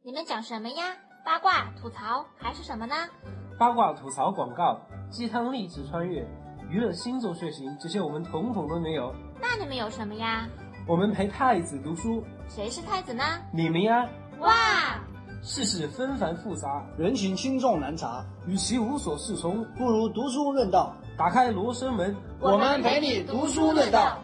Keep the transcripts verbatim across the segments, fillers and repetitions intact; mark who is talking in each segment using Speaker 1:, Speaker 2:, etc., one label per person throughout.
Speaker 1: 你们讲什么呀？八卦、吐槽还是什么呢？
Speaker 2: 八卦、吐槽、广告、鸡汤、励志穿越、娱乐、星座、血型，这些我们统统都没有。
Speaker 1: 那你们有什么呀？
Speaker 2: 我们陪太子读书。
Speaker 1: 谁是太子呢？
Speaker 2: 你们呀。
Speaker 1: 哇！
Speaker 2: 世事纷繁复杂，
Speaker 3: 人情轻重难查，
Speaker 2: 与其无所适从，
Speaker 3: 不如读书论道。
Speaker 2: 打开罗生门，
Speaker 3: 我们陪你读书论道，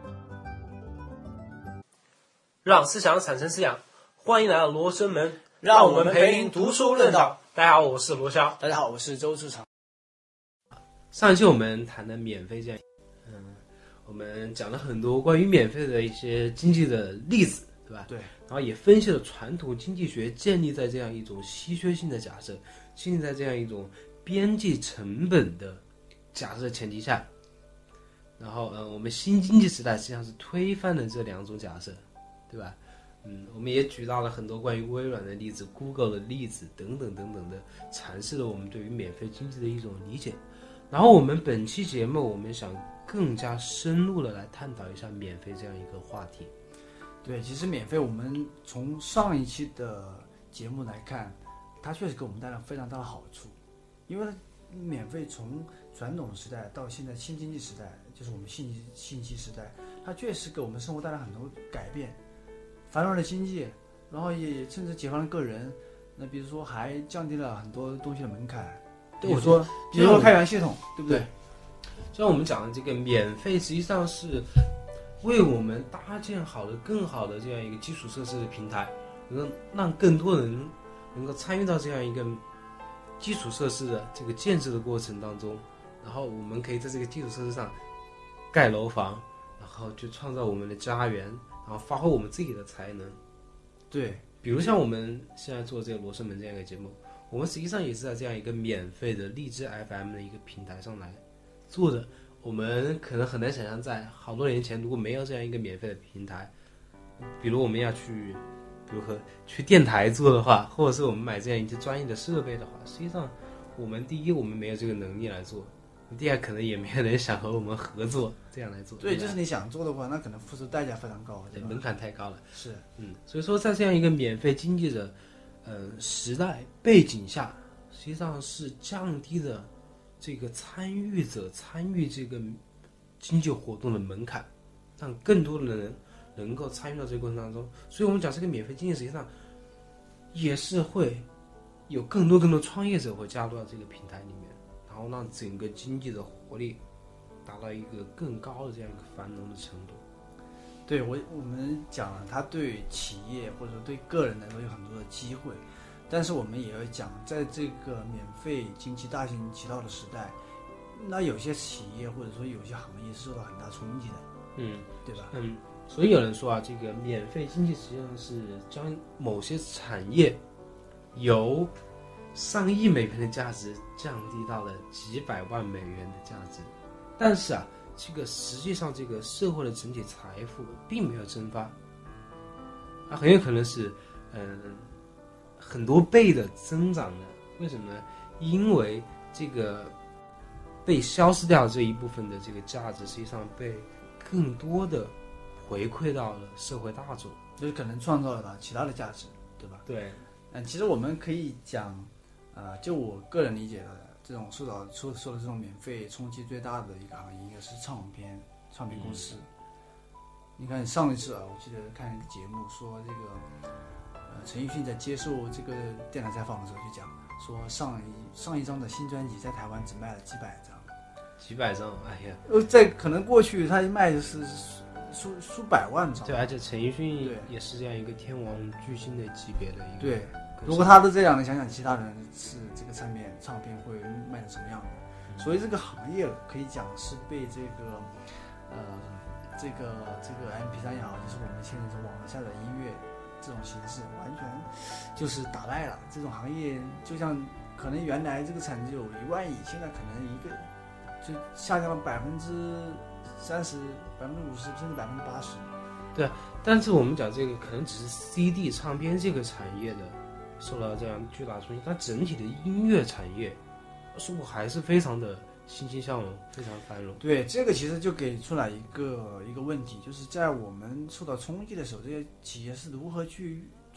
Speaker 2: 让思想产生思想。欢迎来到罗生门，
Speaker 3: 让我们陪您读书论道。
Speaker 2: 大家好，我是罗霄。
Speaker 3: 大家好，我是周志长。
Speaker 2: 上一期我们谈的免费这样，嗯，我们讲了很多关于免费的一些经济的例子，对吧？
Speaker 3: 对。
Speaker 2: 然后也分析了传统经济学建立在这样一种稀缺性的假设，建立在这样一种边际成本的假设前提下，然后呃，我们新经济时代实际上是推翻了这两种假设，对吧？嗯，我们也举到了很多关于微软的例子、Google 的例子等等等等的，阐释了我们对于免费经济的一种理解。然后我们本期节目，我们想更加深入的来探讨一下免费这样一个话题。
Speaker 3: 对，其实免费，我们从上一期的节目来看，它确实给我们带来非常大的好处，因为免费从传统时代到现在新经济时代，就是我们信息信息时代，它确实给我们生活带来很多改变，繁荣了经济，然后也甚至解放了个人。那比如说还降低了很多东西的门槛，比如说比如说开源系统，对不对？
Speaker 2: 像我们讲的这个免费，实际上是为我们搭建好了更好的这样一个基础设施的平台，能够让更多人能够参与到这样一个基础设施的这个建设的过程当中，然后我们可以在这个基础设施上盖楼房，然后去创造我们的家园，然后发挥我们自己的才能。
Speaker 3: 对，
Speaker 2: 比如像我们现在做这个罗生门这样一个节目，我们实际上也是在这样一个免费的荔枝 F M 的一个平台上来做的。我们可能很难想象，在好多年前如果没有这样一个免费的平台，比如我们要去比如说去电台做的话，或者是我们买这样一些专业的设备的话，实际上我们第一我们没有这个能力来做，第二可能也没有人想和我们合作这样来做。
Speaker 3: 对，就是你想做的话，那可能付出代价非常高，
Speaker 2: 对，门槛太高了。
Speaker 3: 是，
Speaker 2: 嗯，所以说在这样一个免费经济的呃时代背景下，实际上是降低了这个参与者参与这个经济活动的门槛，让更多的人能够参与到这个过程当中。所以我们讲这个免费经济实际上也是会有更多更多创业者会加入到这个平台里面，然后让整个经济的活力达到一个更高的这样一个繁荣的程度。
Speaker 3: 对，我我们讲了，它对企业或者说对个人来说有很多的机会，但是我们也要讲，在这个免费经济大行其道的时代，那有些企业或者说有些行业是受到很大冲击的，
Speaker 2: 嗯，
Speaker 3: 对吧？
Speaker 2: 嗯，所以有人说啊，这个免费经济实际上是将某些产业由上亿美元的价值降低到了几百万美元的价值，但是啊，这个实际上这个社会的整体财富并没有蒸发，它很有可能是嗯很多倍的增长的。为什么呢？因为这个被消失掉这一部分的这个价值，实际上被更多的回馈到了社会大众，
Speaker 3: 就是可能创造了其他的价值，对吧？
Speaker 2: 对，
Speaker 3: 嗯，其实我们可以讲，呃，就我个人理解的，这种受到受受的这种免费冲击最大的一个行业，应该是唱片唱片公司。嗯、你看上一次啊，我记得看一个节目说这个，呃，陈奕迅在接受这个电台采访的时候就讲说，上一上一张的新专辑在台湾只卖了几百张，
Speaker 2: 几百张，哎呀，
Speaker 3: 呃，在可能过去他卖的是数数百万张。
Speaker 2: 对，而且陈奕迅也是这样一个天王巨星的级别的一个。
Speaker 3: 对，如果他都这样，你想想其他人是这个唱片唱片会卖成什么样的？嗯、所以这个行业可以讲是被这个呃这个这个 M P 三 也好，就是我们现在从网上下载音乐这种形式，完全就是打败了。这种行业就像可能原来这个产值有一万亿，现在可能一个就下降了百分之三十、百分之五十，甚至百分之八十。
Speaker 2: 对，但是我们讲这个可能只是 C D 唱片这个产业的受到这样巨大冲击，它整体的音乐产业似乎还是非常的欣欣向荣，非常繁荣。
Speaker 3: 对，这个其实就给出来一个一个问题，就是在我们受到冲击的时候，这些企业是如何去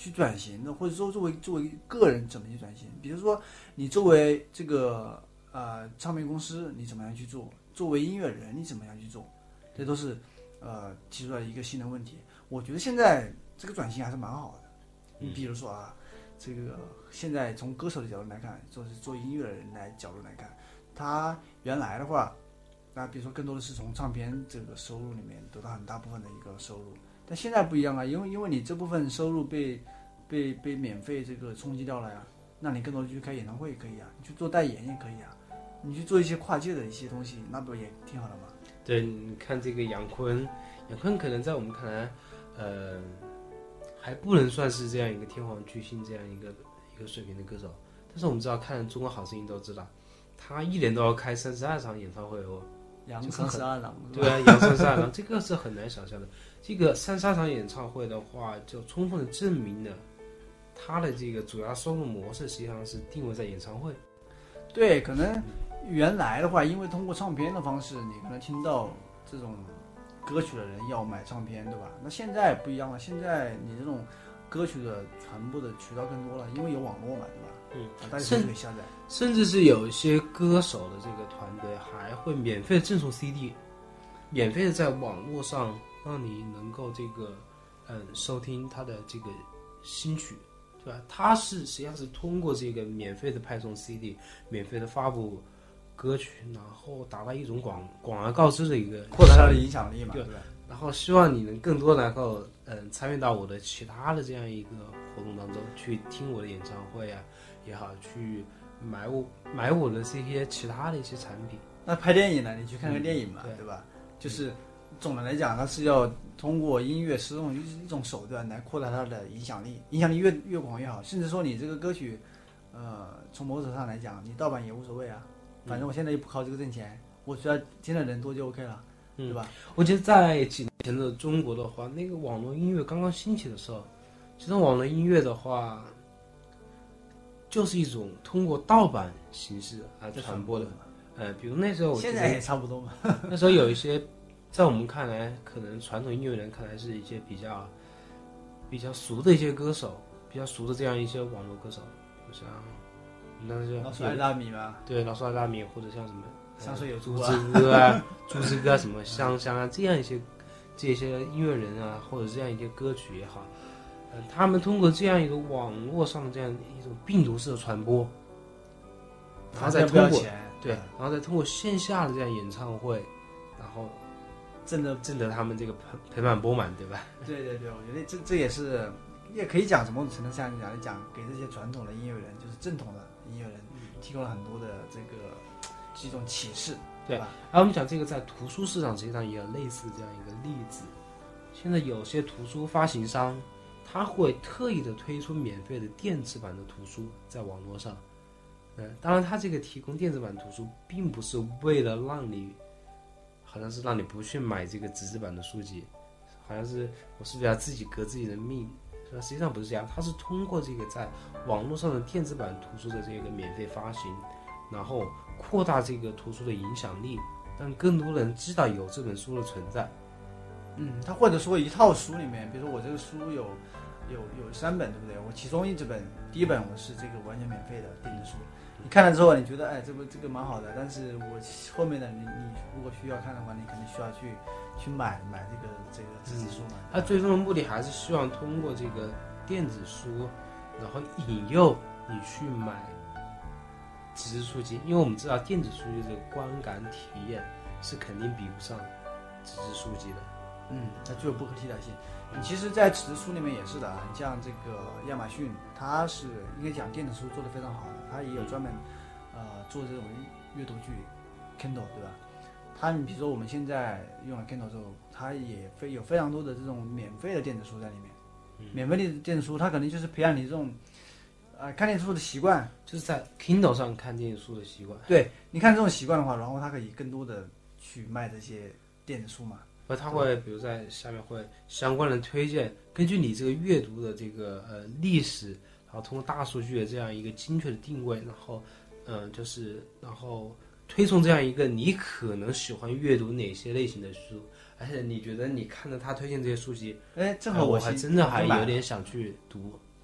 Speaker 3: 去转型的，或者说作为作为个人怎么去转型？比如说你作为这个呃唱片公司，你怎么样去做？作为音乐人，你怎么样去做？这都是呃提出来一个新的问题。我觉得现在这个转型还是蛮好的。你比如说啊，这个现在从歌手的角度来看，就是做音乐人来角度来看，他原来的话，那比如说更多的是从唱片这个收入里面得到很大部分的一个收入，但现在不一样啊，因为因为你这部分收入被被被免费这个冲击掉了呀，那你更多的去开演唱会也可以啊，你去做代言也可以啊，你去做一些跨界的一些东西，那不也挺好的吗？
Speaker 2: 对，你看这个杨坤，杨坤可能在我们看来，呃，还不能算是这样一个天皇巨星这样一个一个水平的歌手，但是我们知道看中国好声音都知道，他一年都要开三十二场演唱会哦。
Speaker 3: 杨三十二郎，
Speaker 2: 对啊，杨三十二郎，这个是很难想象的。这个三十二场演唱会的话，就充分的证明了他的这个主要收入模式实际上是定位在演唱会。
Speaker 3: 对，可能原来的话，因为通过唱片的方式，你可能听到这种歌曲的人要买唱片，对吧？那现在不一样了，现在你这种歌曲的传播的渠道更多了，因为有网络嘛，对吧？
Speaker 2: 嗯，
Speaker 3: 大家可以下载。
Speaker 2: 甚至是有一些歌手的这个团队还会免费赠送 C D， 免费的在网络上让你能够这个嗯收听他的这个新曲，对吧？他是实际上是通过这个免费的派送 C D， 免费的发布歌曲，然后达到一种广广而告之的一个
Speaker 3: 扩大它的影响力嘛，
Speaker 2: 对
Speaker 3: 对吧？
Speaker 2: 然后希望你能更多能够嗯参与到我的其他的这样一个活动当中，去听我的演唱会啊也好，去买我买我的这些其他的一些产品。
Speaker 3: 那拍电影呢？你去看看电影嘛，
Speaker 2: 嗯、对,
Speaker 3: 对吧？就是总的来讲，它是要通过音乐是用一种手段来扩大它的影响力，影响力越越广越好。甚至说你这个歌曲，呃，从某种上来讲，你盗版也无所谓啊，反正我现在也不靠这个挣钱，我只要听的人多就 OK 了，
Speaker 2: 嗯、
Speaker 3: 对吧？
Speaker 2: 我觉得在几年前的中国的话，那个网络音乐刚刚兴起的时候，其实网络音乐的话，就是一种通过盗版形式来传播的。呃，比如那时候我
Speaker 3: 现在也差不多嘛。
Speaker 2: 那时候有一些，在我们看来，可能传统音乐人看来是一些比较比较熟的一些歌手，比较熟的这样一些网络歌手，就像那些
Speaker 3: 老鼠爱大米嘛，
Speaker 2: 对，老鼠爱大米，或者像什么
Speaker 3: 香水有
Speaker 2: 猪
Speaker 3: 猪
Speaker 2: 之歌啊、猪之歌啊、什么香香啊这样一些这些音乐人啊，或者这样一些歌曲也好，呃，他们通过这样一个网络上的这样一种病毒式的传播，然后再通过对，然后再通过线下的这样演唱会，然后
Speaker 3: 挣得
Speaker 2: 挣得他们这个盆满钵满，对吧？
Speaker 3: 对对对，我觉得这这也是也可以讲什么程度上讲来讲，给这些传统的音乐人，就是正统的音乐人，提供了很多的这个一种启示，
Speaker 2: 对
Speaker 3: 吧？
Speaker 2: 然后我们讲这个在图书市场实际上也有类似这样一个例子。现在有些图书发行商，他会特意的推出免费的电子版的图书在网络上。嗯，当然，他这个提供电子版图书，并不是为了让你，好像是让你不去买这个纸质版的书籍，好像是我是不是要自己革自己的命？实际上不是这样，它是通过这个在网络上的电子版图书的这个免费发行，然后扩大这个图书的影响力，让更多人知道有这本书的存在。
Speaker 3: 嗯，他或者说一套书里面，比如说我这个书有有有三本，对不对？我其中一这本第一本我是这个完全免费的电子书，你看了之后你觉得哎这个这个蛮好的，但是我后面的你你如果需要看的话，你肯定需要去去买买这个这个纸质书嘛。
Speaker 2: 它最终的目的还是希望通过这个电子书，然后引诱你去买纸质书籍，因为我们知道电子书籍这个观感体验是肯定比不上纸质书籍的。
Speaker 3: 嗯，它具有不可替代性。你其实，在纸质书里面也是的啊，你像这个亚马逊，它是应该讲电子书做得非常好的，它也有专门呃做这种阅读具 Kindle， 对吧？它比如说我们现在用了 Kindle 之后，它也非有非常多的这种免费的电子书在里面。
Speaker 2: 嗯、
Speaker 3: 免费的电子书，它可能就是培养你这种呃看电子书的习惯，
Speaker 2: 就是在 Kindle 上看电子书的习惯。
Speaker 3: 对，你看这种习惯的话，然后它可以更多的去卖这些电子书嘛。
Speaker 2: 它会比如在下面会相关的推荐，根据你这个阅读的这个呃历史，然后通过大数据的这样一个精确的定位，然后嗯、呃、就是然后推送这样一个你可能喜欢阅读哪些类型的书，而且你觉得你看着他推荐这些书籍，
Speaker 3: 哎，正好我、
Speaker 2: 呃、我还真的还有点想去读，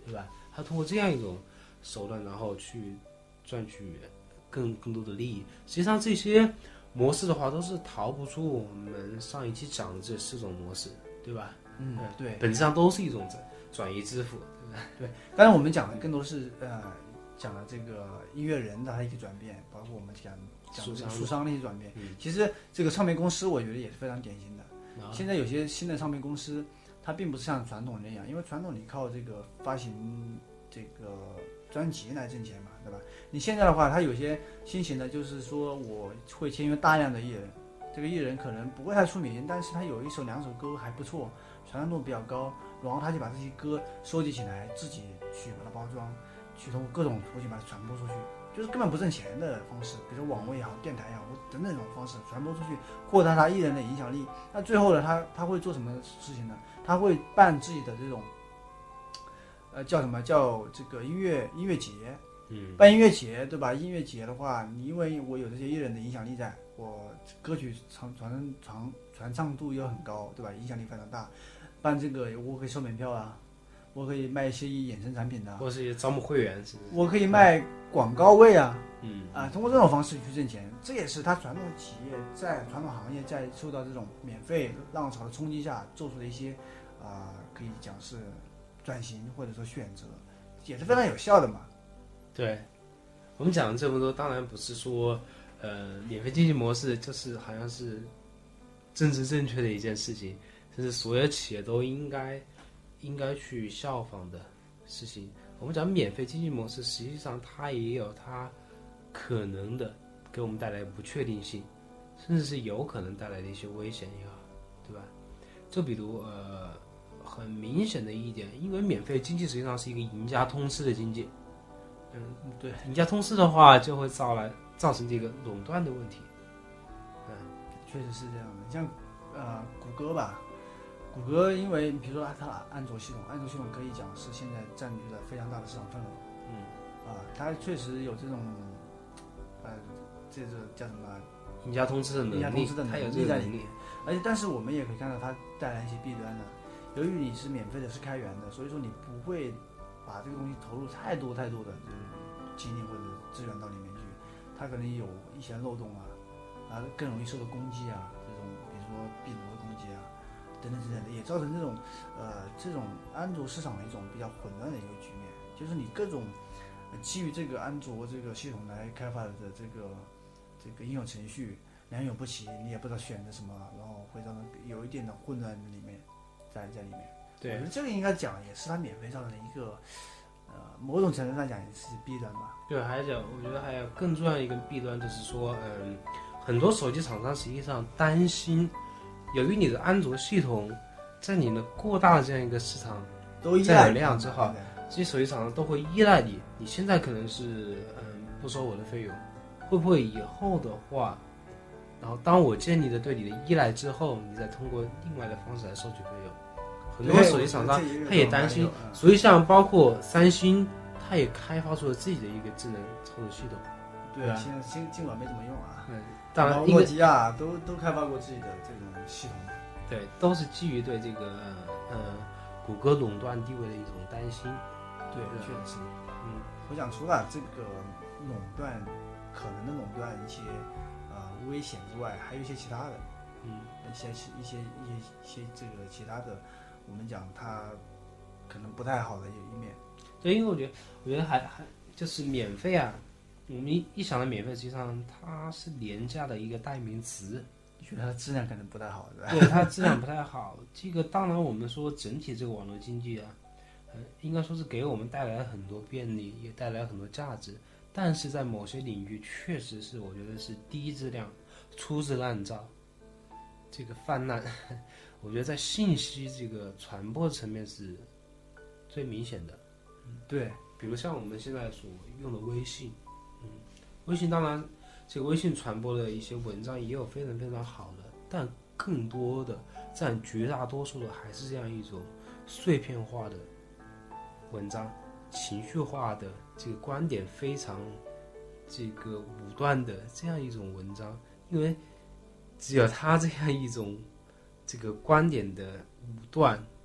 Speaker 2: 对吧？他通过这样一种手段，然后去赚取更更多的利益。实际上这些模式的话，都是逃不出我们上一期讲的这四种模式，对吧？
Speaker 3: 嗯，对，
Speaker 2: 本质上都是一种转转移支付，对吧？
Speaker 3: 对。当然我们讲的更多是呃讲了这个音乐人的他一些转变，包括我们讲讲这个书商的一些转变。
Speaker 2: 嗯、
Speaker 3: 其实这个唱片公司我觉得也是非常典型的。
Speaker 2: 啊、
Speaker 3: 现在有些新的唱片公司，它并不是像传统那样，因为传统你靠这个发行这个专辑来挣钱嘛，对吧？你现在的话，它有些新型的，就是说我会签约大量的艺人，这个艺人可能不会太出名，但是他有一首两首歌还不错，传唱度比较高，然后他就把这些歌收集起来，自己去把它包装，去通过各种途径把它传播出去，就是根本不挣钱的方式，比如说网络也好，电台也好，等等这种方式传播出去，扩大他艺人的影响力。那最后呢，他他会做什么事情呢？他会办自己的这种，呃，叫什么叫这个音乐音乐节，
Speaker 2: 嗯，
Speaker 3: 办音乐节，对吧？音乐节的话，你因为我有这些艺人的影响力在，我歌曲传传传传唱度又很高，对吧？影响力非常大。办这个我可以收门票啊，我可以卖一些衍生产品的、啊，
Speaker 2: 或是招募会员，是不是？
Speaker 3: 我可以卖广告位啊，
Speaker 2: 嗯
Speaker 3: 啊，通过这种方式去挣钱，这也是他传统企业在传统行业在受到这种免费浪潮的冲击下做出的一些啊、呃，可以讲是转型或者说选择，也是非常有效的嘛。
Speaker 2: 对，我们讲了这么多，当然不是说呃免费经济模式就是好像是政治正确的一件事情，这是所有企业都应该应该去效仿的事情。我们讲免费经济模式，实际上它也有它可能的给我们带来不确定性，甚至是有可能带来的一些危险也好，对吧？就比如呃很明显的一点，因为免费经济实际上是一个赢家通吃的经济，嗯，
Speaker 3: 对，
Speaker 2: 赢家通吃的话就会造来造成这个垄断的问题，嗯，
Speaker 3: 确实是这样的。像呃谷歌吧。谷歌因为比如说它安卓系统，安卓系统可以讲是现在占据了非常大的市场份额，
Speaker 2: 嗯，
Speaker 3: 啊，它确实有这种，呃，这个叫什么？
Speaker 2: 赢家通吃的能力，它有这个能力。
Speaker 3: 而且，但是我们也可以看到它带来一些弊端的。由于你是免费的，是开源的，所以说你不会把这个东西投入太多太多的这个精力或者资源到里面去，它可能有一些漏洞啊，啊，更容易受到攻击啊，这种比如说病毒的攻击啊。等等等等的，也造成这种，呃，这种安卓市场的一种比较混乱的一个局面，就是你各种基于这个安卓这个系统来开发的这个这个应用程序良莠不齐，你也不知道选择什么，然后会造成有一点的混乱里面，在在里面。
Speaker 2: 对，我
Speaker 3: 觉得这个应该讲也是它免费造成的一个，呃，某种程度上讲也是弊端吧。
Speaker 2: 对，还有我觉得还有更重要的一个弊端就是说，嗯，很多手机厂商实际上担心。由于你的安卓系统在你的过大的这样一个市场占有量之后，这些手机厂商都会依赖你。你现在可能是嗯不收我的费用，会不会以后的话，然后当我建立了对你的依赖之后，你再通过另外的方式来收取费用？很多手机厂商他也担心，所以像包括三星，他也开发出了自己的一个智能操作系统。
Speaker 3: 对啊，现在尽尽管没怎么用啊。
Speaker 2: 嗯，当然，
Speaker 3: 诺基亚都都开发过自己的这种系统。
Speaker 2: 对，都是基于对这个呃谷歌垄断地位的一种担心。
Speaker 3: 对，确实是。
Speaker 2: 嗯，
Speaker 3: 我想除了这个垄断可能的垄断一些呃危险之外，还有一些其他的，
Speaker 2: 嗯，
Speaker 3: 一些一些一些一些这个其他的，我们讲它可能不太好的一面。
Speaker 2: 对，因为我觉得我觉得还还就是免费啊。我们一一想到免费，实际上它是廉价的一个代名词，
Speaker 3: 觉得它质量可能不太好，对吧？
Speaker 2: 对，它质量不太好。这个当然，我们说整体这个网络经济啊，呃，应该说是给我们带来了很多便利，也带来了很多价值。但是在某些领域，确实是我觉得是低质量、粗制滥造，这个泛滥。我觉得在信息这个传播层面是最明显的。
Speaker 3: 嗯，对，
Speaker 2: 比如像我们现在所用的微信。嗯，微信当然，这个微信传播的一些文章也有非常非常好的，但更多的占绝大多数的还是这样一种碎片化的文章，情绪化的这个观点非常这个武断的这样一种文章，因为只有他这样一种这个观点的武断，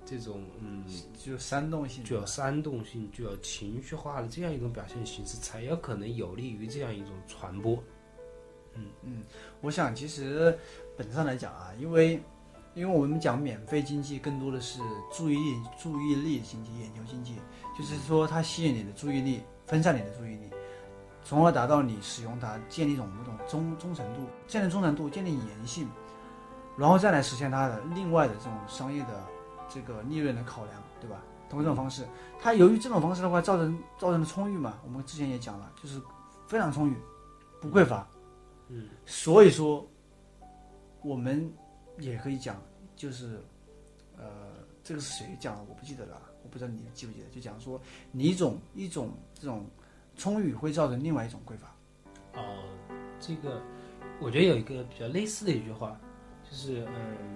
Speaker 2: 这种嗯
Speaker 3: 具有煽动性，
Speaker 2: 具有煽动性、具有情绪化的这样一种表现形式，才有可能有利于这样一种传播。嗯
Speaker 3: 嗯，我想其实本质上来讲啊，因为因为我们讲免费经济，更多的是注意力注意力经济、眼球经济，就是说它吸引你的注意力，分散你的注意力，从而达到你使用它建立一种某种忠忠诚度，建立忠诚度，建立粘性，然后再来实现它的另外的这种商业的这个利润的考量，对吧？通过这种方式，它由于这种方式的话，造成造成的充裕嘛，我们之前也讲了，就是非常充裕，不匮乏。
Speaker 2: 嗯，
Speaker 3: 所以说我们也可以讲，就是呃，这个是谁讲的我不记得了，我不知道你记不记得，就讲说你一种一种这种充裕会造成另外一种匮乏。
Speaker 2: 哦，这个我觉得有一个比较类似的一句话，就是嗯，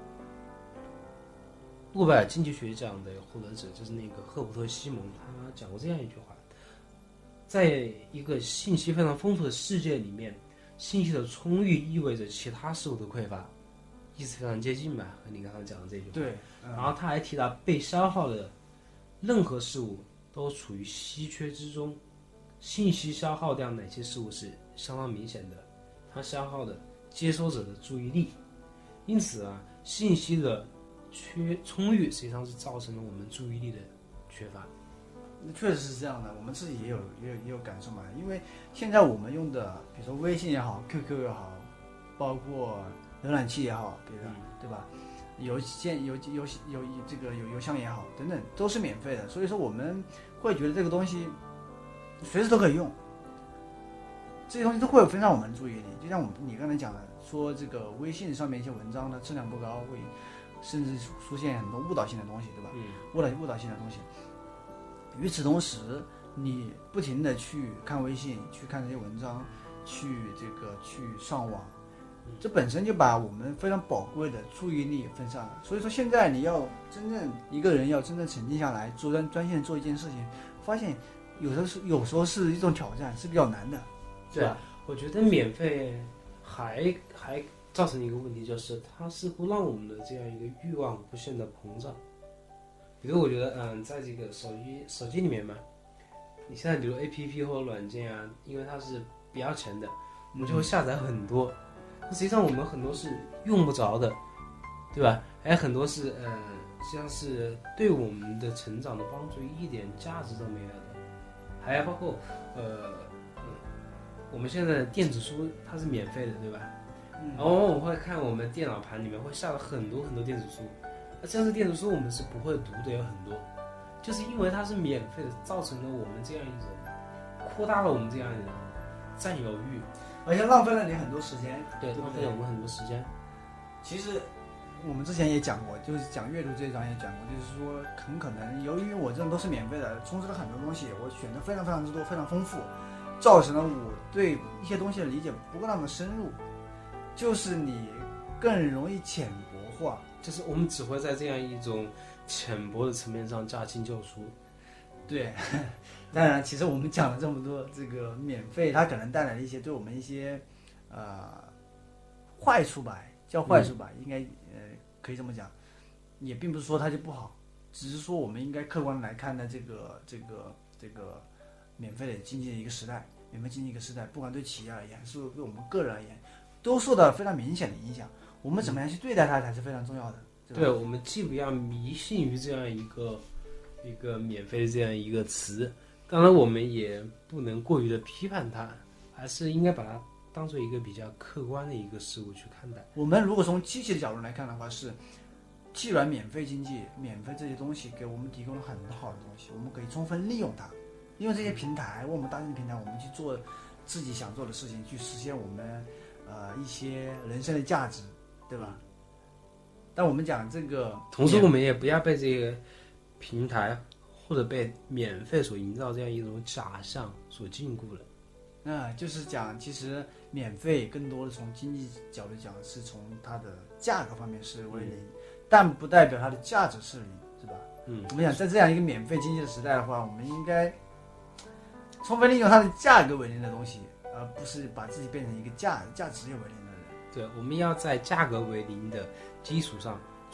Speaker 2: 诺贝尔经济学奖的获得者就是那个赫伯特·西蒙，他讲过这样一句话：在一个信息非常丰富的世界里面，信息的充裕意味着其他事物的匮乏，意思非常接近吧，和你刚刚讲的这句话。
Speaker 3: 对，嗯、
Speaker 2: 然后他还提到被消耗的任何事物都处于稀缺之中，信息消耗掉哪些事物是相当明显的，它消耗的接收者的注意力。因此啊，信息的缺充裕实际上是造成了我们注意力的缺乏。
Speaker 3: 确实是这样的，我们自己也有也有也有感受嘛。因为现在我们用的，比如说微信也好 ，Q Q 也好，包括浏览器也好，比如说、嗯、对吧？邮件、邮邮邮这个邮邮箱也好，等等，都是免费的。所以说我们会觉得这个东西随时都可以用，这些东西都会有分散我们的注意力。就像我们你刚才讲的，说这个微信上面一些文章的质量不高，会甚至出现很多误导性的东西，对吧？嗯，误导误导性的东西。与此同时，你不停的去看微信，去看这些文章，去这个去上网，这本身就把我们非常宝贵的注意力分散了。所以说，现在你要真正一个人要真正沉静下来，做专专心的做一件事情，发现有时候是有时候是一种挑战，是比较难的，是吧？
Speaker 2: 我觉得免费还还造成一个问题，就是它似乎让我们的这样一个欲望无限的膨胀。比如我觉得，嗯，在这个手机手机里面嘛，你现在比如 A P P 或者软件啊，因为它是不要钱的，我们就会下载很多。那、嗯、实际上我们很多是用不着的，对吧？还有很多是，呃，实际上是对我们的成长的帮助一点价值都没有的。还有包括，呃，嗯，我们现在的电子书它是免费的，对吧？嗯、然后我们会看我们电脑盘里面会下了很多很多电子书。那这样的电子书我们是不会读的，有很多，就是因为它是免费的，造成了我们这样一种扩大了我们这样一种占有欲，
Speaker 3: 而且浪费了你很多时间。
Speaker 2: 对，浪费了我们很多时间。
Speaker 3: 其实我们之前也讲过，就是讲阅读这一章也讲过，就是说很可能由于我这种都是免费的，充斥了很多东西，我选择非常非常之多，非常丰富，造成了我对一些东西的理解不够那么深入，就是你更容易浅薄化。
Speaker 2: 就是我们只会在这样一种浅薄的层面上驾轻就熟。
Speaker 3: 对，当然，其实我们讲了这么多，这个免费它可能带来了一些对我们一些呃坏处吧，叫坏处吧，嗯、应该呃可以这么讲，也并不是说它就不好，只是说我们应该客观来看待这个这个这个免费的经济的一个时代，免费经济一个时代，不管对企业而言，还是对我们个人而言，都受到非常明显的影响。我们怎么样去对待它才是非常重要的。
Speaker 2: 对, 对，我们既不要迷信于这样一个一个免费的这样一个词，当然我们也不能过于的批判它，还是应该把它当做一个比较客观的一个事物去看待。
Speaker 3: 我们如果从积极的角度来看的话，是既然免费经济、免费这些东西给我们提供了很好的东西，我们可以充分利用它，利用这些平台，为我们搭建的平台，我们去做自己想做的事情，去实现我们呃一些人生的价值。对吧？但我们讲这个，
Speaker 2: 同时我们也不要被这个平台或者被免费所营造这样一种假象所禁锢了。
Speaker 3: 嗯，就是讲，其实免费更多的从经济角度讲，是从它的价格方面是为零，嗯、但不代表它的价值是零，是吧？嗯，我们讲在这样一个免费经济的时代的话，我们应该充分利用它的价格为零的东西，而不是把自己变成一个价价值也为零。
Speaker 2: 对，我们要在价格为零的基础上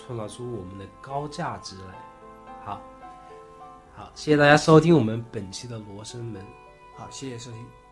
Speaker 2: 创造出我们的高价值来。好，好，谢谢大家收听我们本期的罗生门。
Speaker 3: 好，谢谢收听。